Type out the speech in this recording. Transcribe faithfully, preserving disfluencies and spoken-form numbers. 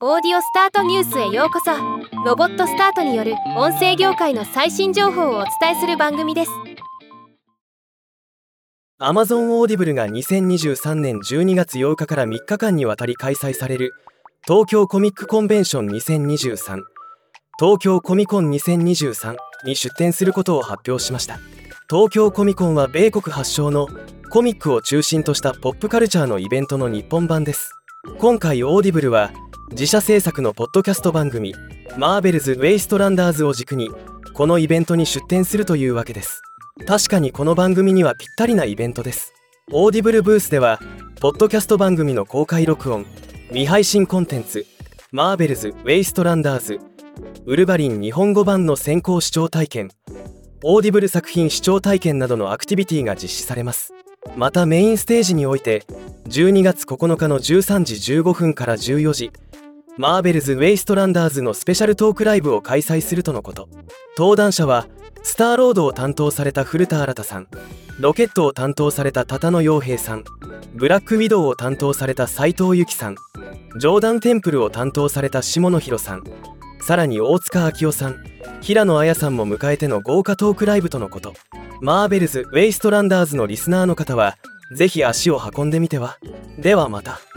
オーディオスタートニュースへようこそ。ロボットスタートによる音声業界の最新情報をお伝えする番組です。 Amazon Audible がにせんにじゅうさんねんじゅうにがつようかからみっかかんにわたり開催される東京コミックコンベンションにせんにじゅうさん、東京コミコンにせんにじゅうさんに出展することを発表しました。東京コミコンは米国発祥のコミックを中心としたポップカルチャーのイベントの日本版です。今回オーディブルは自社制作のポッドキャスト番組マーベルズ・ウェイストランダーズを軸にこのイベントに出展するというわけです。確かにこの番組にはぴったりなイベントです。オーディブルブースではポッドキャスト番組の公開録音、未配信コンテンツ、マーベルズ・ウェイストランダーズ、ウルヴァリン日本語版の先行視聴体験、オーディブル作品視聴体験などのアクティビティが実施されます。またメインステージにおいてじゅうにがつここのかのじゅうさんじじゅうごふんからじゅうよじ、マーベルズ・ウェイストランダーズのスペシャルトークライブを開催するとのこと。登壇者はスターロードを担当された古田新太さん、ロケットを担当された多野洋平さん、ブラックウィドウを担当された斉藤由貴さん、ジョーダンテンプルを担当された下野紘さん、さらに大塚明夫さん、平野綾さんも迎えての豪華トークライブとのこと。マーベルズ・ウェイストランダーズのリスナーの方はぜひ足を運んでみては。ではまた。